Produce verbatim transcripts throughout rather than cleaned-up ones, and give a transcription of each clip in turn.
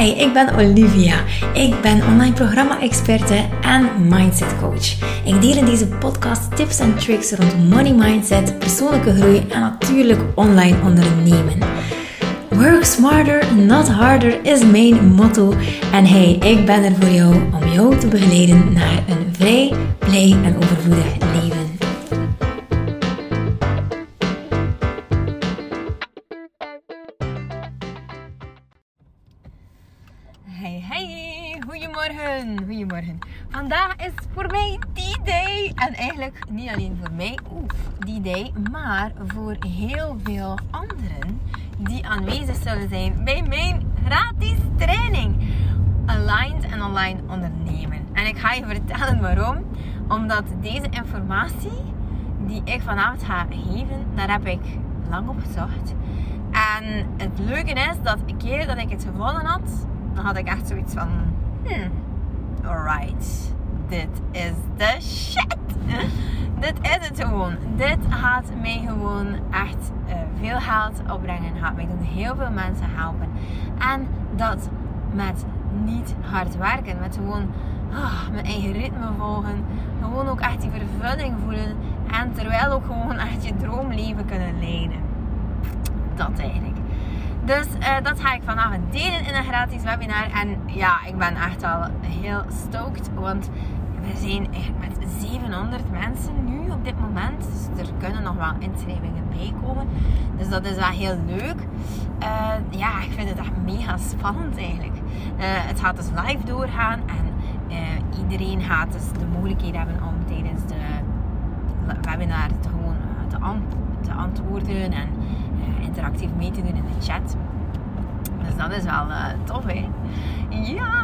Hi, ik ben Olivia. Ik ben online programma-experte en mindset coach. Ik deel in deze podcast tips en tricks rond money mindset, persoonlijke groei en natuurlijk online ondernemen. Work smarter, not harder is mijn motto. En hey, ik ben er voor jou om jou te begeleiden naar een vrij, blij en overvloedig leven. Hey, hey, goedemorgen, goedemorgen. Vandaag is voor mij D-Day. En eigenlijk niet alleen voor mij, oeh, D-Day, maar voor heel veel anderen die aanwezig zullen zijn bij mijn gratis training. Aligned en online ondernemen. En ik ga je vertellen waarom. Omdat deze informatie die ik vanavond ga geven, daar heb ik lang op gezocht. En het leuke is dat de keer dat ik het gevonden had, dan had ik echt zoiets van, hmm, alright, dit is de shit. Dit is het gewoon. Dit gaat mij gewoon echt uh, veel geld opbrengen. Gaat mij doen heel veel mensen helpen. En dat met niet hard werken. Met gewoon oh, mijn eigen ritme volgen. Gewoon ook echt die vervulling voelen. En terwijl ook gewoon echt je droomleven kunnen leiden. Dat eigenlijk. Dus uh, dat ga ik vanavond delen in een gratis webinar. En ja, ik ben echt al heel stoked. Want we zijn echt met zevenhonderd mensen nu op dit moment. Dus er kunnen nog wel inschrijvingen bij komen. Dus dat is wel heel leuk. Uh, ja, ik vind het echt mega spannend eigenlijk. Uh, het gaat dus live doorgaan. En uh, iedereen gaat dus de mogelijkheid hebben om tijdens de webinar te, gewoon, uh, te, ant- te antwoorden. En uh, interactief mee te doen in de chat. Dus dat is wel uh, tof, hè? Ja!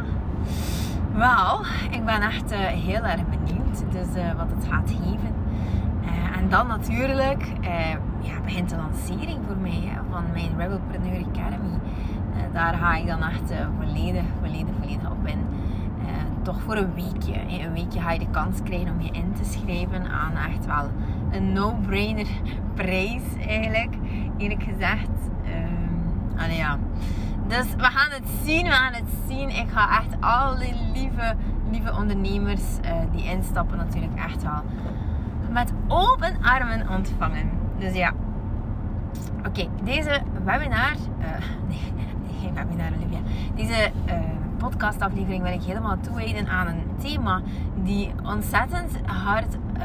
Wel, ik ben echt uh, heel erg benieuwd dus, uh, wat het gaat geven. Uh, en dan natuurlijk uh, ja, begint de lancering voor mij hè, van mijn Rebelpreneur Academy. Uh, daar ga ik dan echt uh, volledig, volledig, volledig op in. Uh, toch voor een weekje. Hè. Een weekje ga je de kans krijgen om je in te schrijven aan echt wel een no-brainer prijs eigenlijk. Eerlijk gezegd. Uh, allee, ja. Dus we gaan het zien, we gaan het zien. Ik ga echt al die lieve, lieve ondernemers uh, die instappen natuurlijk echt wel met open armen ontvangen. Dus ja. Oké, okay, deze webinar, uh, nee, nee, geen webinar Olivia. Deze uh, podcastaflevering wil ik helemaal toewijden aan een thema die ontzettend hard, uh,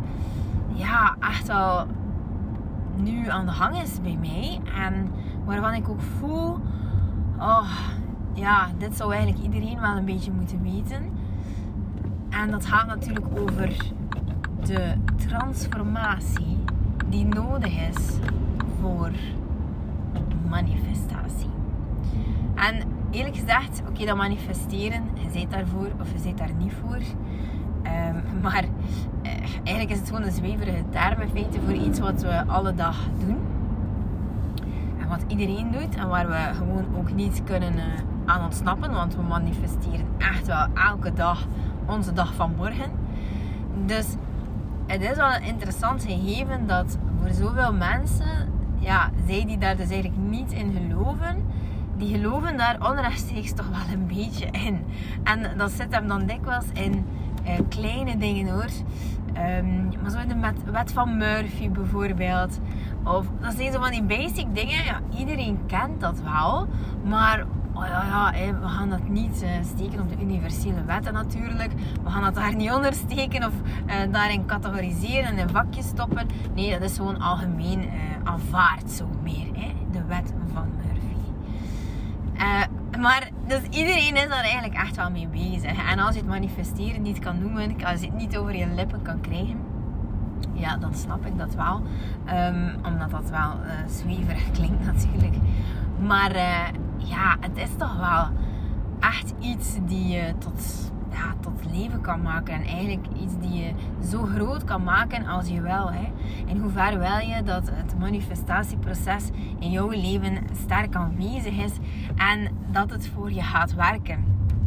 ja, echt wel nu aan de gang is bij mij. En waarvan ik ook voel, oh, ja, dit zou eigenlijk iedereen wel een beetje moeten weten. En dat gaat natuurlijk over de transformatie die nodig is voor manifestatie. En eerlijk gezegd, oké, okay, dat manifesteren, je zit daarvoor of je zit daar niet voor. Um, maar uh, eigenlijk is het gewoon een zweverige term in feite voor iets wat we alle dag doen. Wat iedereen doet en waar we gewoon ook niet kunnen uh, aan ontsnappen, want we manifesteren echt wel elke dag onze dag van morgen. Dus het is wel een interessant gegeven dat voor zoveel mensen, ja, zij die daar dus eigenlijk niet in geloven, die geloven daar onrechtstreeks toch wel een beetje in. En dat zit hem dan dikwijls in uh, kleine dingen hoor. Um, maar zo in de wet van Murphy bijvoorbeeld. Of dat zijn zo van die basic dingen. Ja, iedereen kent dat wel. Maar oh ja, ja, hey, we gaan dat niet uh, steken op de universele wetten natuurlijk. We gaan dat daar niet onder steken of uh, daarin categoriseren en in vakjes stoppen. Nee, dat is gewoon algemeen uh, aanvaard zo meer. Hè? De wet van Murphy. Uh, maar dus iedereen is daar eigenlijk echt wel mee bezig. En als je het manifesteren niet kan noemen, als je het niet over je lippen kan krijgen, ja, dan snap ik dat wel. Um, omdat dat wel uh, zweverig klinkt natuurlijk. Maar uh, ja, het is toch wel echt iets die je tot, ja, tot leven kan maken. En eigenlijk iets die je zo groot kan maken als je wil. Hè. In hoeverre wil je dat het manifestatieproces in jouw leven sterk aanwezig is. En dat het voor je gaat werken.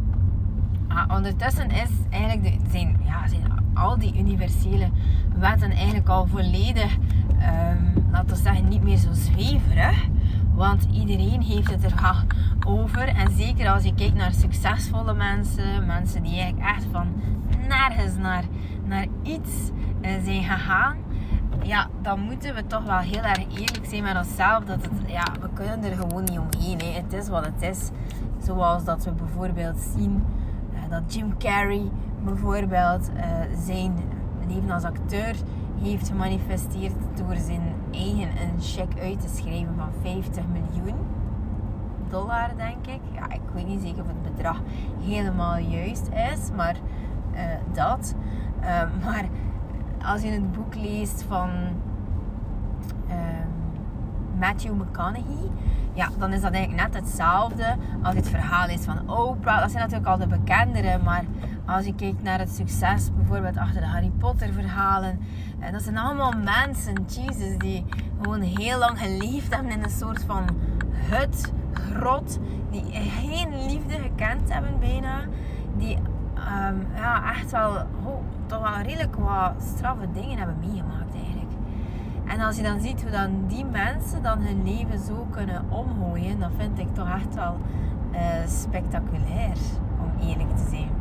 Uh, ondertussen is eigenlijk de, zijn, ja, zijn al die universele wetten eigenlijk al volledig, um, laten we zeggen, niet meer zo zweverig. Want iedereen heeft het er wel over. En zeker als je kijkt naar succesvolle mensen. Mensen die eigenlijk echt van nergens naar, naar iets uh, zijn gegaan. Ja, dan moeten we toch wel heel erg eerlijk zijn met onszelf. Dat het, ja, we kunnen er gewoon niet omheen. Hè. Het is wat het is. Zoals dat we bijvoorbeeld zien uh, dat Jim Carrey bijvoorbeeld uh, zijn leven als acteur heeft gemanifesteerd door zijn eigen een cheque uit te schrijven van vijftig miljoen dollar, denk ik. Ja, ik weet niet zeker of het bedrag helemaal juist is, maar uh, dat. Uh, maar als je het boek leest van uh, Matthew McConaughey, ja, dan is dat eigenlijk net hetzelfde als het verhaal is van Oprah. Dat zijn natuurlijk al de bekendere, maar als je kijkt naar het succes bijvoorbeeld achter de Harry Potter verhalen, dat zijn allemaal mensen, Jesus, die gewoon heel lang geleefd hebben in een soort van hut, grot, die geen liefde gekend hebben bijna, die um, ja, echt wel oh, toch wel redelijk wat straffe dingen hebben meegemaakt eigenlijk. En als je dan ziet hoe dan die mensen dan hun leven zo kunnen omgooien, dan vind ik toch echt wel uh, spectaculair, om eerlijk te zijn.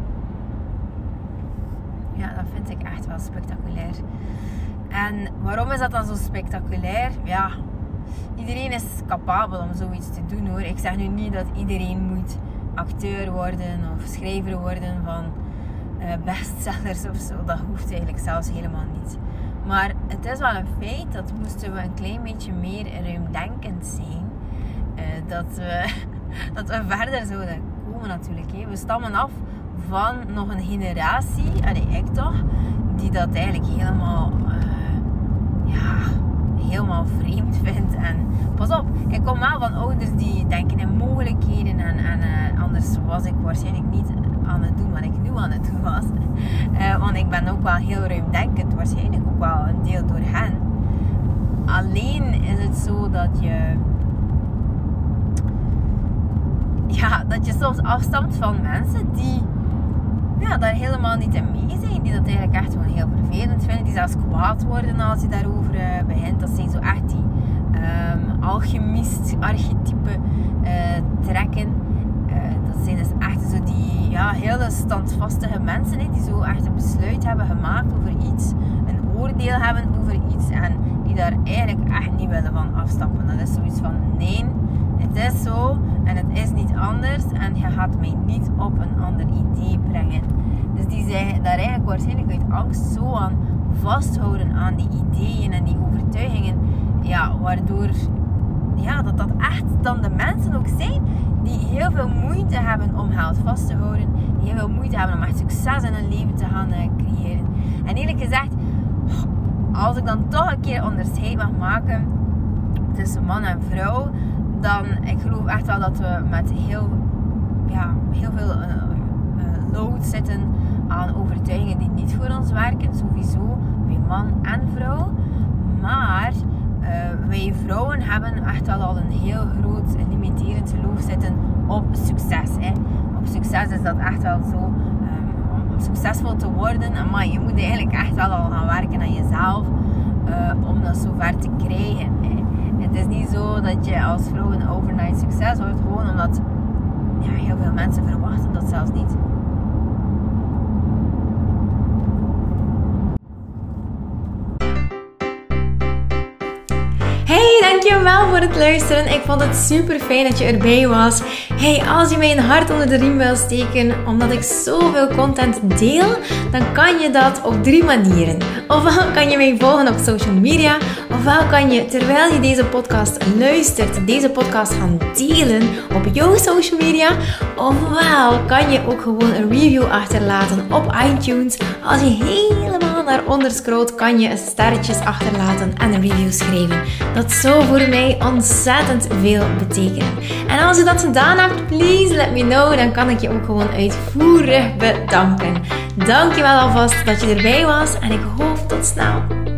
Ja, dat vind ik echt wel spectaculair. En waarom is dat dan zo spectaculair? Ja, iedereen is capabel om zoiets te doen, hoor. Ik zeg nu niet dat iedereen moet acteur worden of schrijver worden van uh, bestsellers of zo. Dat hoeft eigenlijk zelfs helemaal niet. Maar het is wel een feit dat moesten we een klein beetje meer ruimdenkend zijn. Uh, dat, we, dat we verder zouden komen natuurlijk. Hè. We stammen af van nog een generatie, allee, ik toch, die dat eigenlijk helemaal, uh, ja, helemaal vreemd vindt. En pas op, ik kom wel van ouders die denken in mogelijkheden en, en uh, anders was ik waarschijnlijk niet aan het doen wat ik nu aan het doen was. Uh, want ik ben ook wel heel ruimdenkend, waarschijnlijk ook wel een deel door hen. Alleen is het zo dat je, ja, dat je soms afstamt van mensen die ja, daar helemaal niet in mee zijn. Die dat eigenlijk echt gewoon heel vervelend vinden. Die zelfs kwaad worden als je daarover uh, begint. Dat zijn zo echt die um, alchemist-archetype uh, trekken. Uh, dat zijn dus echt zo die ja, hele standvastige mensen. Hè, die zo echt een besluit hebben gemaakt over iets. Een oordeel hebben over iets. En die daar eigenlijk echt niet willen van afstappen. Dat is zoiets van nee, het is zo en het is niet anders. En je gaat mij niet op een ander idee brengen. Dus die zijn daar eigenlijk waarschijnlijk uit angst zo aan vasthouden aan die ideeën en die overtuigingen. Ja, waardoor ja, dat dat echt dan de mensen ook zijn die heel veel moeite hebben om geld vast te houden. Die heel veel moeite hebben om echt succes in hun leven te gaan uh, creëren. En eerlijk gezegd, als ik dan toch een keer onderscheid mag maken tussen man en vrouw, dan ik geloof echt wel dat we met heel, ja, heel veel uh, uh, load zitten aan overtuigingen die niet voor ons werken. Sowieso bij man en vrouw. Maar uh, wij vrouwen hebben echt wel al een heel groot limiterend geloof zitten op succes. Hè. Op succes is dat echt wel zo. Um, om succesvol te worden, maar je moet eigenlijk echt wel al gaan werken aan jezelf uh, om dat zo ver te krijgen. Hè. Het is niet zo dat je als vrouw een overnight succes wordt, gewoon omdat ja, heel veel mensen verwachten dat zelfs niet. Hey, dankjewel voor het luisteren. Ik vond het super fijn dat je erbij was. Hey, als je mij een hart onder de riem wil steken, omdat ik zoveel content deel, dan kan je dat op drie manieren. Ofwel kan je mij volgen op social media, ofwel kan je, terwijl je deze podcast luistert, deze podcast gaan delen op jouw social media, ofwel kan je ook gewoon een review achterlaten op iTunes. Als je helemaal naar onder scrolt, kan je sterretjes achterlaten en een review schrijven. Dat zou voor mij ontzettend veel betekenen. En als je dat gedaan hebt, please let me know. Dan kan ik je ook gewoon uitvoerig bedanken. Dankjewel alvast dat je erbij was en ik hoop tot snel.